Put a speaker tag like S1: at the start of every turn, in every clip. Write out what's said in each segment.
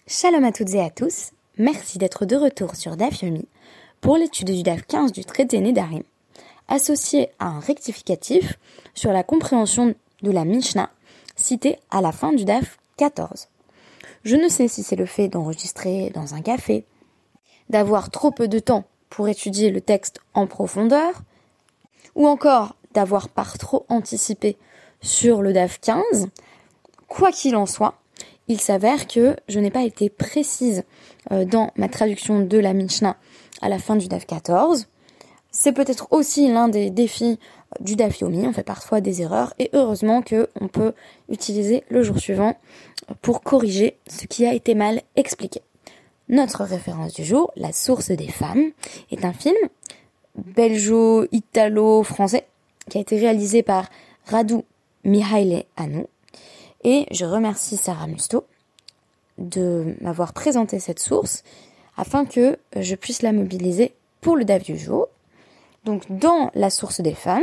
S1: Shalom à toutes et à tous, merci d'être de retour sur Daf Yomi pour l'étude du Daf 15 du traité Nedarim, associé à un rectificatif sur la compréhension de la Mishnah citée à la fin du Daf 14. Je ne sais si c'est le fait d'enregistrer dans un café, d'avoir trop peu de temps pour étudier le texte en profondeur, ou encore d'avoir par trop anticipé sur le Daf 15. Quoi qu'il en soit, il s'avère que je n'ai pas été précise dans ma traduction de la Mishnah à la fin du Daf 14. C'est peut-être aussi l'un des défis du Daf Yomi, on fait parfois des erreurs, et heureusement qu'on peut utiliser le jour suivant pour corriger ce qui a été mal expliqué. Notre référence du jour, La source des femmes, est un film belgeo-italo-français qui a été réalisé par Radu Mihailanu. Et je remercie Sarah Musto de m'avoir présenté cette source afin que je puisse la mobiliser pour le DAF du jour. Donc dans La source des femmes,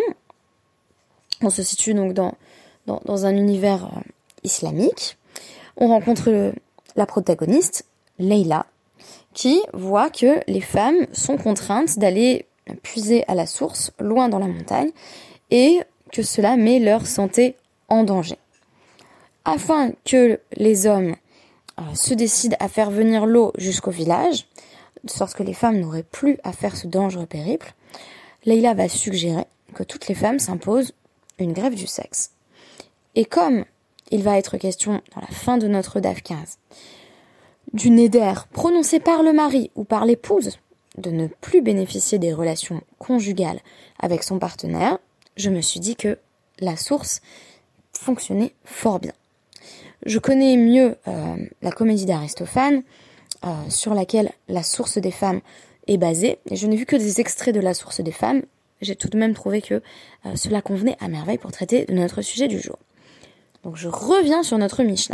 S1: on se situe donc dans un univers islamique. On rencontre la protagoniste, Leila, qui voit que les femmes sont contraintes d'aller puiser à la source, loin dans la montagne, et que cela met leur santé en danger. Afin que les hommes se décident à faire venir l'eau jusqu'au village, de sorte que les femmes n'auraient plus à faire ce dangereux périple, Leila va suggérer que toutes les femmes s'imposent une grève du sexe. Et comme il va être question, dans la fin de notre DAF 15, du néder prononcé par le mari ou par l'épouse de ne plus bénéficier des relations conjugales avec son partenaire, je me suis dit que la source fonctionnait fort bien. Je connais mieux la comédie d'Aristophane, sur laquelle La source des femmes est basée, et je n'ai vu que des extraits de La source des femmes. J'ai tout de même trouvé que cela convenait à merveille pour traiter de notre sujet du jour. Donc je reviens sur notre Mishnah.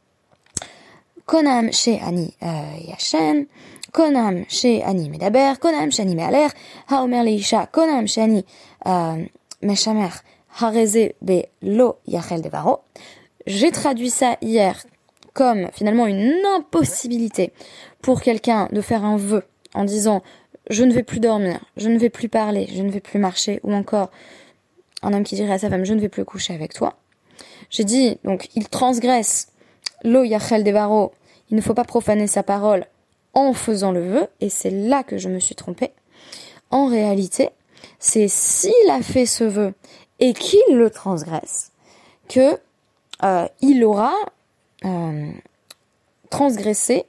S1: Konam she ani yashen, konam she ani medaber, konam she ani me'aler, haomer leisha, konam she ani meshamer, hareze be lo yachel devaro. J'ai traduit ça hier comme finalement une impossibilité pour quelqu'un de faire un vœu en disant « je ne vais plus dormir, je ne vais plus parler, je ne vais plus marcher » ou encore un homme qui dirait à sa femme « je ne vais plus coucher avec toi ». J'ai dit, donc, il transgresse lo yachel devaro, il ne faut pas profaner sa parole en faisant le vœu, et c'est là que je me suis trompée. En réalité, c'est s'il a fait ce vœu et qu'il le transgresse que il aura transgressé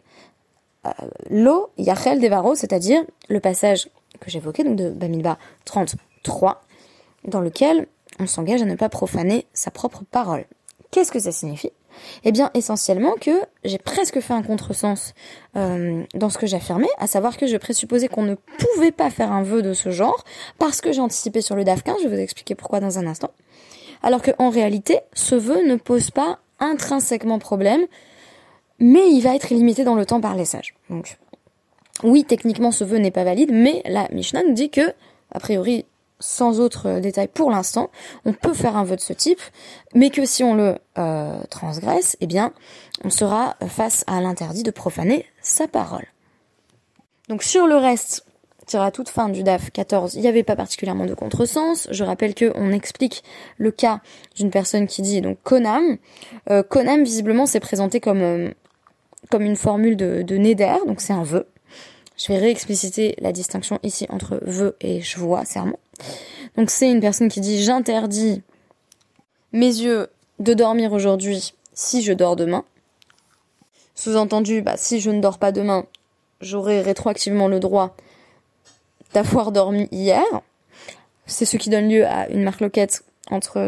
S1: lo yachel devaro, c'est-à-dire le passage que j'évoquais, donc de Bamidbar 33, dans lequel on s'engage à ne pas profaner sa propre parole. Qu'est-ce que ça signifie ? Eh bien, essentiellement que j'ai presque fait un contresens dans ce que j'affirmais, à savoir que je présupposais qu'on ne pouvait pas faire un vœu de ce genre, parce que j'ai anticipé sur le DAF 15, je vais vous expliquer pourquoi dans un instant. Alors qu'en réalité, ce vœu ne pose pas intrinsèquement problème, mais il va être limité dans le temps par les sages. Donc, oui, techniquement, ce vœu n'est pas valide, mais la Mishnah nous dit que, a priori, sans autre détail pour l'instant, on peut faire un vœu de ce type, mais que si on le transgresse, eh bien, on sera face à l'interdit de profaner sa parole. Donc, sur le reste, à toute fin du DAF 14, il n'y avait pas particulièrement de contresens. Je rappelle qu'on explique le cas d'une personne qui dit donc konam. Konam, visiblement, c'est présenté comme une formule de néder, donc c'est un vœu. Je vais réexpliciter la distinction ici entre vœu et shvoua, serment. Donc c'est une personne qui dit j'interdis mes yeux de dormir aujourd'hui si je dors demain. Sous-entendu, si je ne dors pas demain, j'aurai rétroactivement le droit d'avoir dormi hier. C'est ce qui donne lieu à une marloquette entre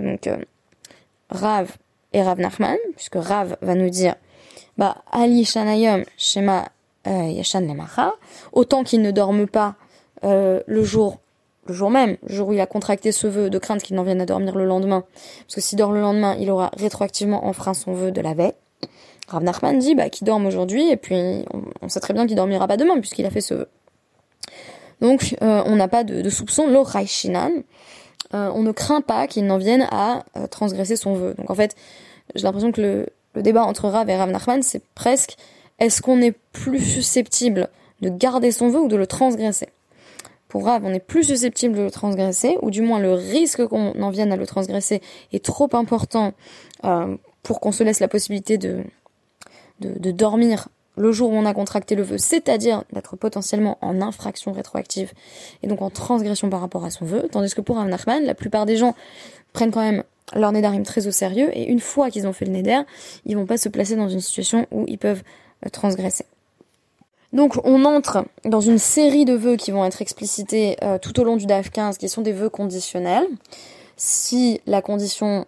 S1: Rav et Rav Nachman, puisque Rav va nous dire Ali Shanayom Shema Yashan Lemacha, autant qu'il ne dorme pas le jour même, le jour où il a contracté ce vœu, de crainte qu'il n'en vienne à dormir le lendemain, parce que s'il dort le lendemain, il aura rétroactivement enfreint son vœu de la veille. Rav Nachman dit qu'il dorme aujourd'hui, et puis on sait très bien qu'il dormira pas demain, puisqu'il a fait ce vœu. Donc, on n'a pas de soupçon, lo raishinan. On ne craint pas qu'il n'en vienne à transgresser son vœu. Donc, en fait, j'ai l'impression que le débat entre Rav et Rav Nachman, c'est presque est-ce qu'on est plus susceptible de garder son vœu ou de le transgresser? Pour Rav, on est plus susceptible de le transgresser, ou du moins le risque qu'on en vienne à le transgresser est trop important pour qu'on se laisse la possibilité de dormir le jour où on a contracté le vœu, c'est-à-dire d'être potentiellement en infraction rétroactive et donc en transgression par rapport à son vœu, tandis que pour Rav Nachman, la plupart des gens prennent quand même leur nédarim très au sérieux, et une fois qu'ils ont fait le néder, ils vont pas se placer dans une situation où ils peuvent transgresser. Donc on entre dans une série de vœux qui vont être explicités tout au long du DAF 15, qui sont des vœux conditionnels. Si la condition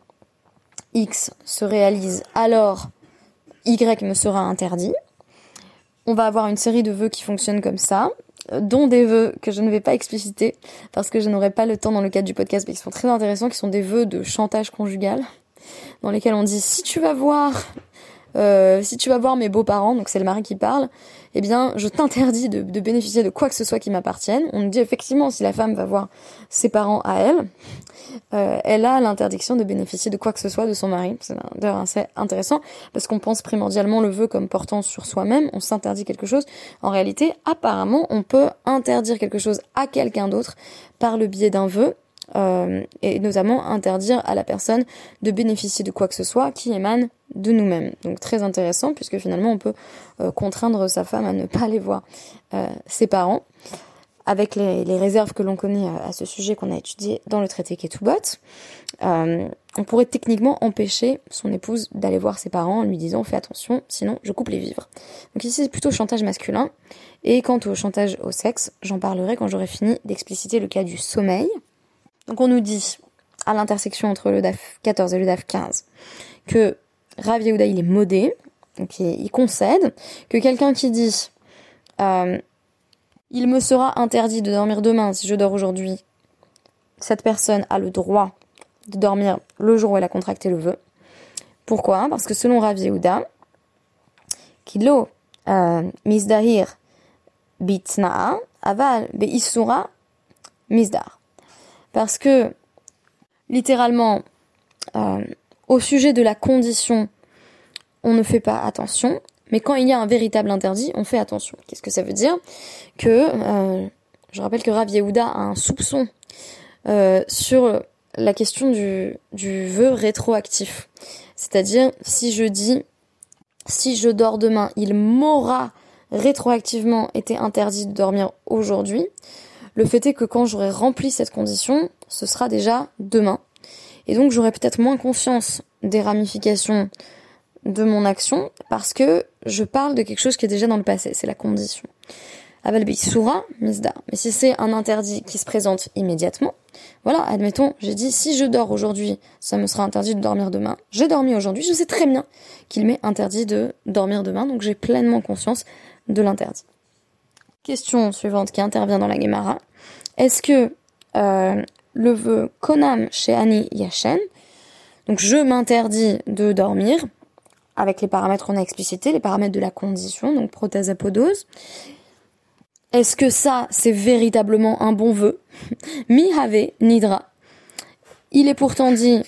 S1: X se réalise, alors Y me sera interdit. On va avoir une série de vœux qui fonctionnent comme ça, dont des vœux que je ne vais pas expliciter parce que je n'aurai pas le temps dans le cadre du podcast, mais qui sont très intéressants, qui sont des vœux de chantage conjugal, dans lesquels on dit si tu vas voir mes beaux-parents, donc c'est le mari qui parle, eh bien je t'interdis de bénéficier de quoi que ce soit qui m'appartienne. On nous dit effectivement si la femme va voir ses parents à elle, elle a l'interdiction de bénéficier de quoi que ce soit de son mari. C'est d'ailleurs assez intéressant parce qu'on pense primordialement le vœu comme portant sur soi-même, on s'interdit quelque chose. En réalité, apparemment, on peut interdire quelque chose à quelqu'un d'autre par le biais d'un vœu, et notamment interdire à la personne de bénéficier de quoi que ce soit qui émane de nous-mêmes. Donc très intéressant puisque finalement on peut contraindre sa femme à ne pas aller voir ses parents, avec les réserves que l'on connaît à ce sujet qu'on a étudié dans le traité Ketubot. On pourrait techniquement empêcher son épouse d'aller voir ses parents en lui disant fais attention, sinon je coupe les vivres. Donc ici c'est plutôt chantage masculin, et quant au chantage au sexe, j'en parlerai quand j'aurai fini d'expliciter le cas du sommeil. Donc on nous dit, à l'intersection entre le DAF 14 et le DAF 15, que Rav Yehuda il est modé, donc il concède, que quelqu'un qui dit il me sera interdit de dormir demain si je dors aujourd'hui, cette personne a le droit de dormir le jour où elle a contracté le vœu. Pourquoi? Parce que selon Rav Yehuda, Kilo Mizdahir Bitna'a Aval Be'issura Mizdar. Parce que, littéralement, au sujet de la condition, on ne fait pas attention, mais quand il y a un véritable interdit, on fait attention. Qu'est-ce que ça veut dire? Que, je rappelle que Rav Yehuda a un soupçon sur la question du vœu rétroactif. C'est-à-dire, si je dis, si je dors demain, il m'aura rétroactivement été interdit de dormir aujourd'hui. Le fait est que quand j'aurai rempli cette condition, ce sera déjà demain. Et donc j'aurai peut-être moins conscience des ramifications de mon action parce que je parle de quelque chose qui est déjà dans le passé, c'est la condition. Aval Be'issura Mizdar. Mais si c'est un interdit qui se présente immédiatement, voilà, admettons, j'ai dit si je dors aujourd'hui, ça me sera interdit de dormir demain. J'ai dormi aujourd'hui, je sais très bien qu'il m'est interdit de dormir demain, donc j'ai pleinement conscience de l'interdit. Question suivante qui intervient dans la Gemara. Est-ce que le vœu Konam chez Ani Yachen, donc je m'interdis de dormir, avec les paramètres qu'on a explicités, les paramètres de la condition, donc protasapodose, est-ce que ça, c'est véritablement un bon vœu? Mi have nidra. Il est pourtant dit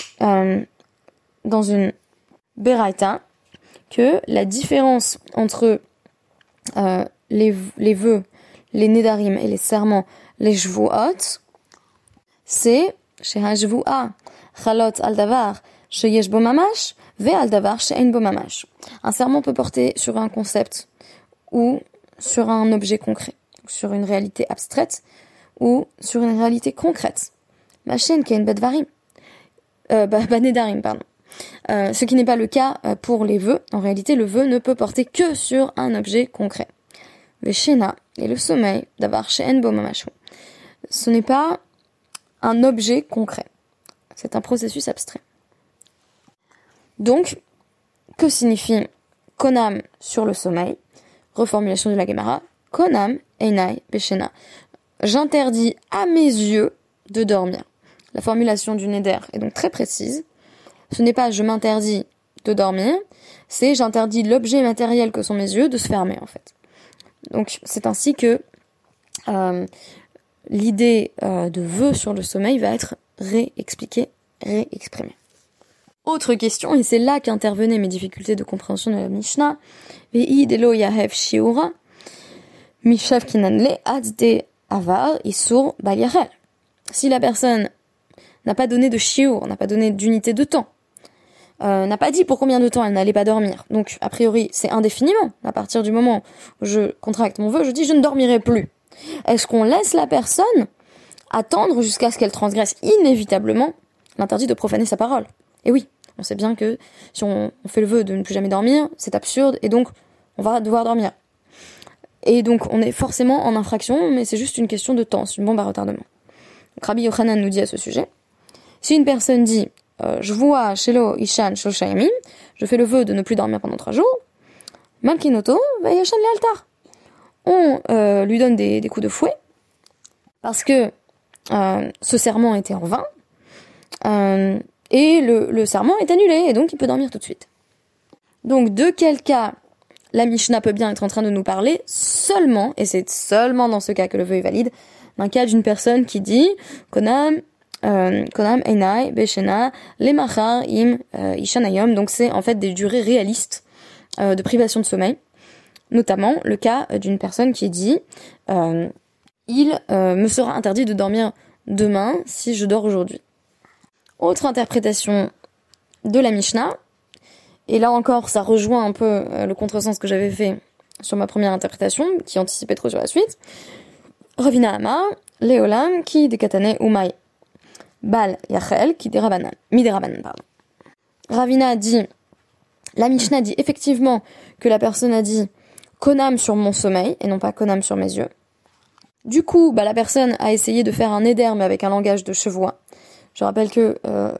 S1: dans une Beraita que la différence entre les vœux, les nedarim et les serments, les shvuot, c'est chez hashvu'a chalot al davar sheyesh bo mamash ve al davar she'ein bo mamash. Un serment peut porter sur un concept ou sur un objet concret, sur une réalité abstraite ou sur une réalité concrète. Mashen ken badvarim, nedarim, pardon. Ce qui n'est pas le cas pour les vœux. En réalité, le vœu ne peut porter que sur un objet concret. Veshena et le sommeil, d'avar she'en bo mamashu. Ce n'est pas un objet concret. C'est un processus abstrait. Donc, que signifie konam sur le sommeil? Reformulation de la Gemara. Konam einai beshena. J'interdis à mes yeux de dormir. La formulation du neder est donc très précise. Ce n'est pas je m'interdis de dormir, c'est j'interdis l'objet matériel que sont mes yeux de se fermer en fait. Donc c'est ainsi que l'idée de vœu sur le sommeil va être réexpliquée, réexprimée. Autre question, et c'est là qu'intervenaient mes difficultés de compréhension de la Mishnah. Ve'i delo yahev shiura, mishav kinanle ad de avar isur bal yachel. Si la personne n'a pas donné de shiur, n'a pas donné d'unité de temps, n'a pas dit pour combien de temps elle n'allait pas dormir, donc a priori c'est indéfiniment, à partir du moment où je contracte mon vœu, je dis je ne dormirai plus. Est-ce qu'on laisse la personne attendre jusqu'à ce qu'elle transgresse inévitablement l'interdit de profaner sa parole? Et oui, on sait bien que si on fait le vœu de ne plus jamais dormir, c'est absurde, et donc on va devoir dormir. Et donc on est forcément en infraction, mais c'est juste une question de temps, c'est une bombe à retardement. Donc Rabbi Yochanan nous dit à ce sujet, si une personne dit je vois shelo ishan shosha yamim, je fais le vœu de ne plus dormir pendant 3 jours, malkinoto va yashan le altar. On lui donne des coups de fouet, parce que ce serment était en vain, et le serment est annulé, et donc il peut dormir tout de suite. Donc de quel cas la Mishnah peut bien être en train de nous parler? Seulement, et c'est seulement dans ce cas que le vœu est valide, d'un cas d'une personne qui dit Konam Einai Beshena Lemachar Im Ishanayom, donc c'est en fait des durées réalistes de privation de sommeil, notamment le cas d'une personne qui dit il me sera interdit de dormir demain si je dors aujourd'hui. Autre interprétation de la Mishnah, et là encore ça rejoint un peu le contresens que j'avais fait sur ma première interprétation, qui anticipait trop sur la suite. Ravina Amar, Leolam, qui dekatane umay, Bal Yachel, qui derabanan, mi derabanan, pardon. Ravina dit, la Mishnah dit effectivement que la personne a dit Konam sur mon sommeil, et non pas Konam sur mes yeux. Du coup, la personne a essayé de faire un éder, mais avec un langage de chevois. Je rappelle que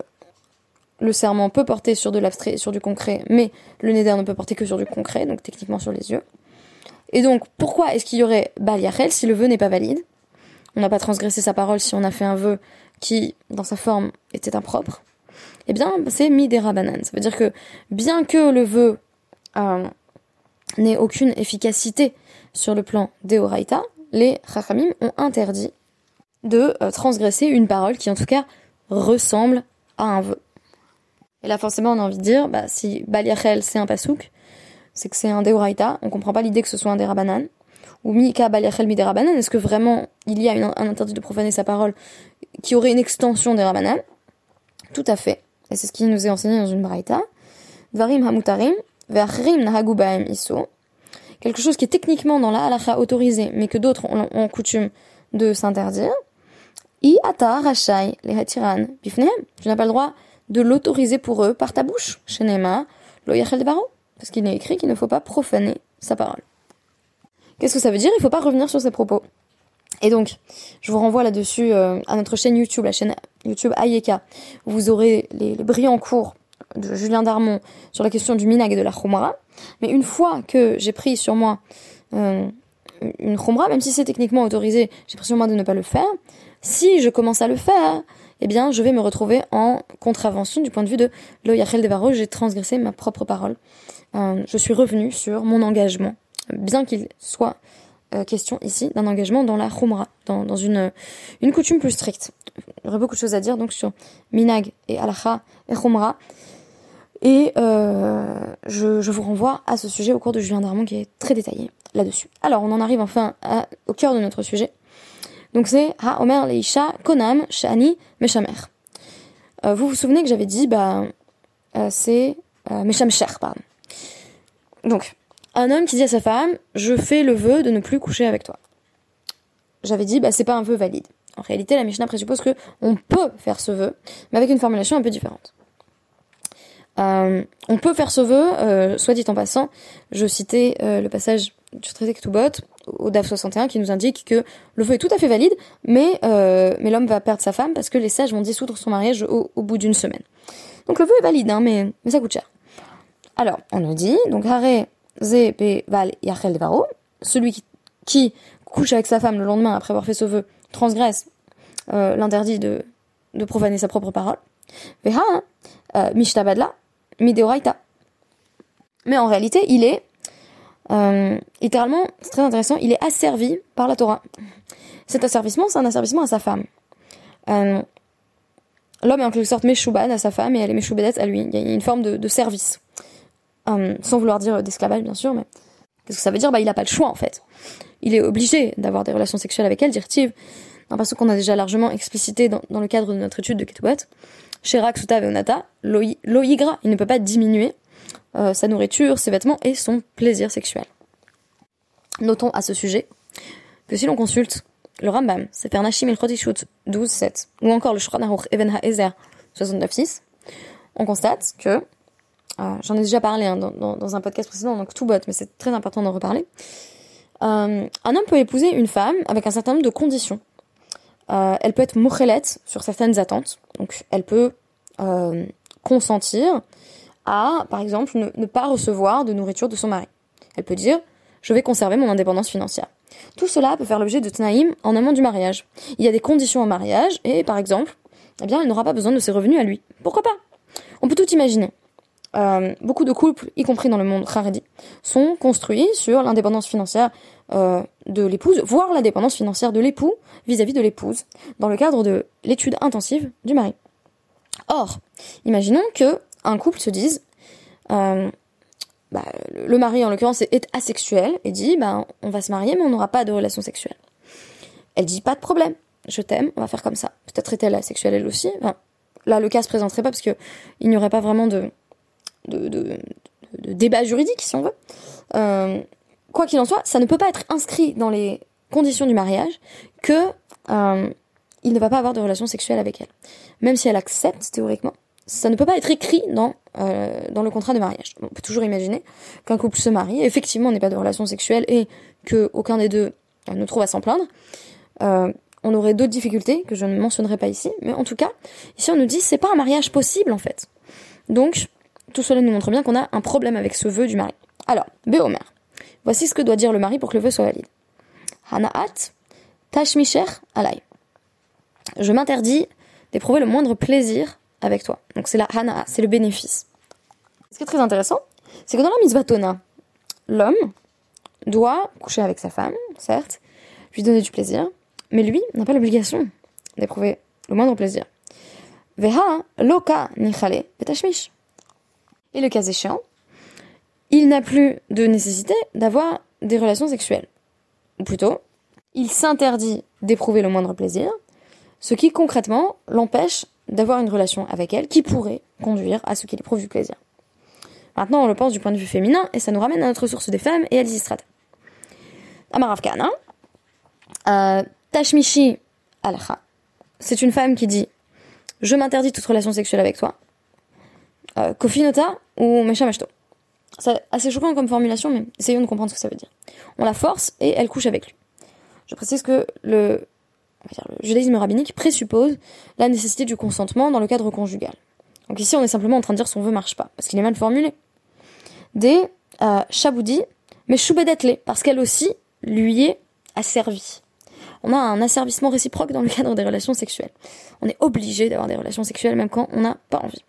S1: le serment peut porter sur de l'abstrait et sur du concret, mais le néder ne peut porter que sur du concret, donc techniquement sur les yeux. Et donc, pourquoi est-ce qu'il y aurait Bal Yachel si le vœu n'est pas valide? On n'a pas transgressé sa parole si on a fait un vœu qui, dans sa forme, était impropre. Eh bien, c'est mi derabanan. Ça veut dire que, bien que le vœu n'ait aucune efficacité sur le plan d'Eoraita, les Chachamim ont interdit de transgresser une parole qui, en tout cas, ressemble à un vœu. Et là, forcément, on a envie de dire, si Bal Yachel, c'est un pasouk, c'est que c'est un Deoraita, on comprend pas l'idée que ce soit un Derabanan, ou Mika Bal Yachel mi Derabanan, est-ce que vraiment il y a un interdit de profaner sa parole qui aurait une extension Derabanan? Tout à fait. Et c'est ce qui nous est enseigné dans une Braïta. Dvarim hamutarim, ve'achrim nahagu ba'em iso. Quelque chose qui est techniquement dans la halakha autorisé, mais que d'autres ont coutume de s'interdire. I ata rachai lehatiran bifnehem. Tu n'as pas le droit de l'autoriser pour eux par ta bouche. Shenema lo yachel debaro. Parce qu'il est écrit qu'il ne faut pas profaner sa parole. Qu'est-ce que ça veut dire? Il ne faut pas revenir sur ses propos. Et donc, je vous renvoie là-dessus à notre chaîne YouTube, la chaîne YouTube Ayeka, où vous aurez les brillants cours de Julien Darmon sur la question du minag et de la khumra. Mais une fois que j'ai pris sur moi une khumra, même si c'est techniquement autorisé, j'ai pris sur moi de ne pas le faire. Si je commence à le faire, eh bien, je vais me retrouver en contravention du point de vue de lo yachel devaro, j'ai transgressé ma propre parole. Je suis revenue sur mon engagement, bien qu'il soit question ici d'un engagement dans la khumra, dans une coutume plus stricte. Il y aurait beaucoup de choses à dire donc sur minag et halakha et khumra. Et je vous renvoie à ce sujet au cours de Julien Darmon qui est très détaillé là-dessus. Alors, on en arrive enfin au cœur de notre sujet. Donc c'est Ha Omer Leisha Konam Shani Meshamer. Vous vous souvenez que j'avais dit c'est Meshamcher, pardon. Donc, un homme qui dit à sa femme je fais le vœu de ne plus coucher avec toi. J'avais dit c'est pas un vœu valide. En réalité, la Mishnah présuppose que on peut faire ce vœu, mais avec une formulation un peu différente. On peut faire ce vœu, soit dit en passant, je citais le passage du traité Ketubot au DAF 61 qui nous indique que le vœu est tout à fait valide, mais l'homme va perdre sa femme parce que les sages vont dissoudre son mariage au bout d'une semaine. Donc le vœu est valide, mais ça coûte cher. Alors, on nous dit, donc Hare Ze Be Val Yachel Devaro, celui qui couche avec sa femme le lendemain après avoir fait ce vœu transgresse l'interdit de profaner sa propre parole. Veha Mishtabadla Mideoraita. Mais en réalité, il est littéralement, c'est très intéressant, il est asservi par la Torah. Cet asservissement, c'est un asservissement à sa femme. l'homme est en quelque sorte méchoubad à sa femme et elle est méchoubadette à lui. Il y a une forme de service. Sans vouloir dire d'esclavage, bien sûr, mais qu'est-ce que ça veut dire? Il n'a pas le choix, en fait. Il est obligé d'avoir des relations sexuelles avec elle, dit-il. Parce qu'on a déjà largement explicité dans le cadre de notre étude de Ketouet. Sherak, Suta, Veonata, Loïgra, il ne peut pas diminuer sa nourriture, ses vêtements et son plaisir sexuel. Notons à ce sujet que si l'on consulte le Rambam, Sefer Nashim el Chodishut 12.7, ou encore le Shulchan Aruch Even HaEzer 69.6, on constate que, j'en ai déjà parlé dans un podcast précédent, donc tout bot, mais c'est très important d'en reparler, un homme peut épouser une femme avec un certain nombre de conditions. Elle peut être mochelette sur certaines attentes, donc elle peut consentir à, par exemple, ne pas recevoir de nourriture de son mari. Elle peut dire « je vais conserver mon indépendance financière ». Tout cela peut faire l'objet de tnaïm en amont du mariage. Il y a des conditions au mariage et, par exemple, elle n'aura pas besoin de ses revenus à lui. Pourquoi pas? On peut tout imaginer. Beaucoup de couples, y compris dans le monde haredi, sont construits sur l'indépendance financière de l'épouse, voire l'indépendance financière de l'époux vis-à-vis de l'épouse, dans le cadre de l'étude intensive du mari. Or, imaginons que un couple se dise, le mari en l'occurrence est asexuel et dit, on va se marier mais on n'aura pas de relation sexuelle. Elle dit, pas de problème, je t'aime, on va faire comme ça. Peut-être est-elle asexuelle elle aussi. Enfin, là, le cas se présenterait pas parce que il n'y aurait pas vraiment de débat juridique, si on veut. Quoi qu'il en soit, ça ne peut pas être inscrit dans les conditions du mariage que il ne va pas avoir de relation sexuelle avec elle. Même si elle accepte, théoriquement, ça ne peut pas être écrit dans le contrat de mariage. On peut toujours imaginer qu'un couple se marie, effectivement, on n'ait pas de relation sexuelle et qu'aucun des deux ne trouve à s'en plaindre. On aurait d'autres difficultés que je ne mentionnerai pas ici, mais en tout cas, ici on nous dit c'est pas un mariage possible en fait. Donc, tout cela nous montre bien qu'on a un problème avec ce vœu du mari. Alors, Béomer, voici ce que doit dire le mari pour que le vœu soit valide. Hanaat tashmisher alay. Je m'interdis d'éprouver le moindre plaisir avec toi. Donc c'est la hana'a, c'est le bénéfice. Ce qui est très intéressant, c'est que dans la mitzvah Tona, l'homme doit coucher avec sa femme, certes, lui donner du plaisir, mais lui n'a pas l'obligation d'éprouver le moindre plaisir. Veha loka nichale betashmish. Et le cas échéant, il n'a plus de nécessité d'avoir des relations sexuelles. Ou plutôt, il s'interdit d'éprouver le moindre plaisir, ce qui concrètement l'empêche d'avoir une relation avec elle qui pourrait conduire à ce qu'il éprouve du plaisir. Maintenant, on le pense du point de vue féminin, et ça nous ramène à notre source des femmes et à l'Isistrata. Amarav Kana, Tashmishi Alcha, c'est une femme qui dit « Je m'interdis toute relation sexuelle avec toi ». Kofinota ou Meshamashto. C'est assez choquant comme formulation, mais essayons de comprendre ce que ça veut dire. On la force et elle couche avec lui. Je précise que le judaïsme rabbinique présuppose la nécessité du consentement dans le cadre conjugal. Donc ici, on est simplement en train de dire son vœu marche pas, parce qu'il est mal formulé. Des Shaboudi, mais Shoubedetle, parce qu'elle aussi lui est asservie. On a un asservissement réciproque dans le cadre des relations sexuelles. On est obligé d'avoir des relations sexuelles même quand on n'a pas envie.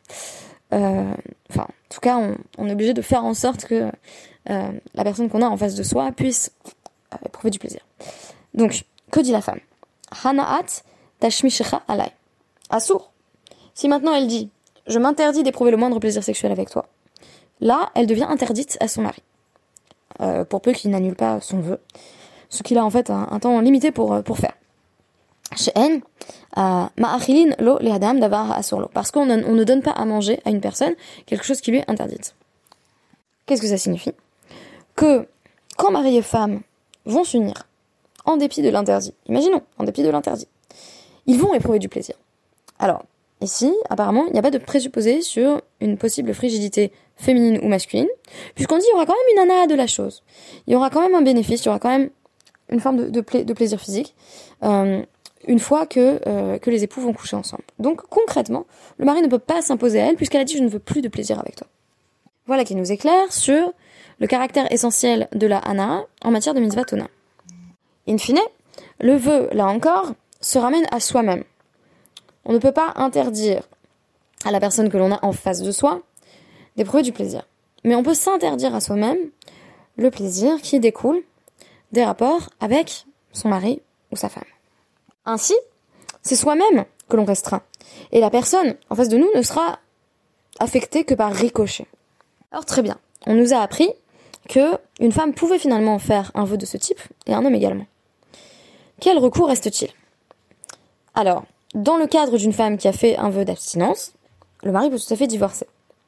S1: En tout cas, on est obligé de faire en sorte que la personne qu'on a en face de soi puisse éprouver du plaisir. Donc, que dit la femme? Hanaat tashmishecha alay. Assour. Si maintenant elle dit « Je m'interdis d'éprouver le moindre plaisir sexuel avec toi », là, elle devient interdite à son mari. Pour peu qu'il n'annule pas son vœu. Ce qu'il a en fait un temps limité pour faire. She'en ma'achilin lo le'adam davar asur lo. Parce qu'on ne donne pas à manger à une personne quelque chose qui lui est interdite. Qu'est-ce que ça signifie? Que quand mari et femme vont s'unir en dépit de l'interdit, imaginons, en dépit de l'interdit, ils vont éprouver du plaisir. Alors, ici, apparemment, il n'y a pas de présupposé sur une possible frigidité féminine ou masculine, puisqu'on dit qu'il y aura quand même une ana de la chose. Il y aura quand même un bénéfice, il y aura quand même une forme de plaisir physique, une fois que les époux vont coucher ensemble. Donc, concrètement, le mari ne peut pas s'imposer à elle, puisqu'elle a dit « je ne veux plus de plaisir avec toi ». Voilà qui nous éclaire sur le caractère essentiel de la ana en matière de mitzvah tona. In fine, le vœu, là encore, se ramène à soi-même. On ne peut pas interdire à la personne que l'on a en face de soi d'éprouver du plaisir. Mais on peut s'interdire à soi-même le plaisir qui découle des rapports avec son mari ou sa femme. Ainsi, c'est soi-même que l'on restreint. Et la personne en face de nous ne sera affectée que par ricochet. Alors très bien, on nous a appris que une femme pouvait finalement faire un vœu de ce type, et un homme également. Quel recours reste-t-il ? Alors, dans le cadre d'une femme qui a fait un vœu d'abstinence, le mari peut tout à fait divorcer.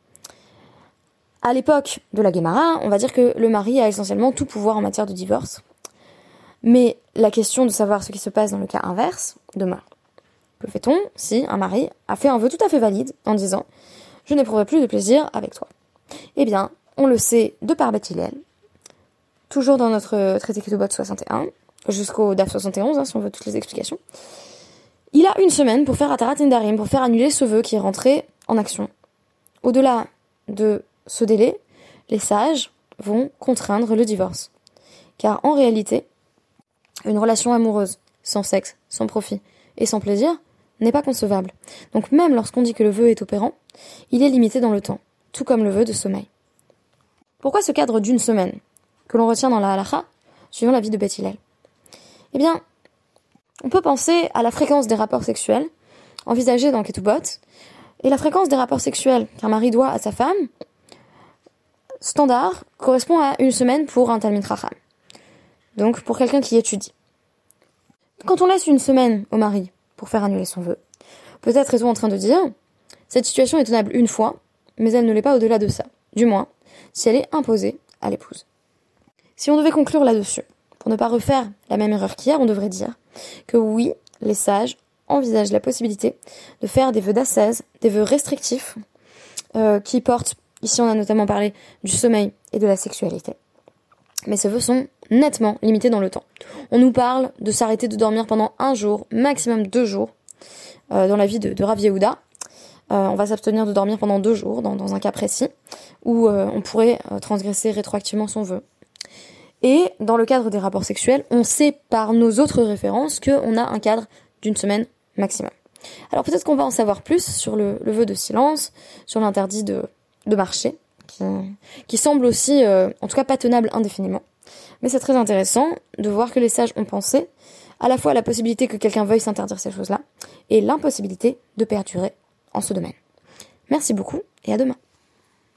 S1: À l'époque de la Guémara, on va dire que le mari a essentiellement tout pouvoir en matière de divorce. Mais la question de savoir ce qui se passe dans le cas inverse demeure. Que fait-on si un mari a fait un vœu tout à fait valide en disant « Je n'éprouverai plus de plaisir avec toi ». Eh bien, on le sait de par Beth Hillel, toujours dans notre traité Ketubot 61, jusqu'au DAF 71, si on veut toutes les explications. Il a une semaine pour faire Atarat Nedarim, pour faire annuler ce vœu qui est rentré en action. Au-delà de ce délai, les sages vont contraindre le divorce. Car en réalité, une relation amoureuse, sans sexe, sans profit et sans plaisir, n'est pas concevable. Donc même lorsqu'on dit que le vœu est opérant, il est limité dans le temps, tout comme le vœu de sommeil. Pourquoi ce cadre d'une semaine, que l'on retient dans la halakha, suivant l'avis de Beth Hillel ? Eh bien, on peut penser à la fréquence des rapports sexuels, envisagée dans Ketubot, et la fréquence des rapports sexuels qu'un mari doit à sa femme, standard, correspond à une semaine pour un Talmid Chacham. Donc, pour quelqu'un qui étudie. Quand on laisse une semaine au mari pour faire annuler son vœu, peut-être est-on en train de dire « Cette situation est tenable une fois, mais elle ne l'est pas au-delà de ça. Du moins, si elle est imposée à l'épouse. » Si on devait conclure là-dessus, pour ne pas refaire la même erreur qu'hier, on devrait dire que oui, les sages envisagent la possibilité de faire des vœux d'ascèse, des vœux restrictifs, qui portent, ici on a notamment parlé du sommeil et de la sexualité. Mais ces vœux sont nettement limités dans le temps. On nous parle de s'arrêter de dormir pendant 1 jour, maximum 2 jours, dans la vie de Rav Yehuda. On va s'abstenir de dormir pendant 2 jours, dans un cas précis, où on pourrait transgresser rétroactivement son vœu. Et dans le cadre des rapports sexuels, on sait par nos autres références qu'on a un cadre d'une semaine maximum. Alors peut-être qu'on va en savoir plus sur le vœu de silence, sur l'interdit de marcher, qui semble aussi, en tout cas pas tenable indéfiniment. Mais c'est très intéressant de voir que les sages ont pensé à la fois la possibilité que quelqu'un veuille s'interdire ces choses-là, et l'impossibilité de perdurer en ce domaine. Merci beaucoup, et à demain.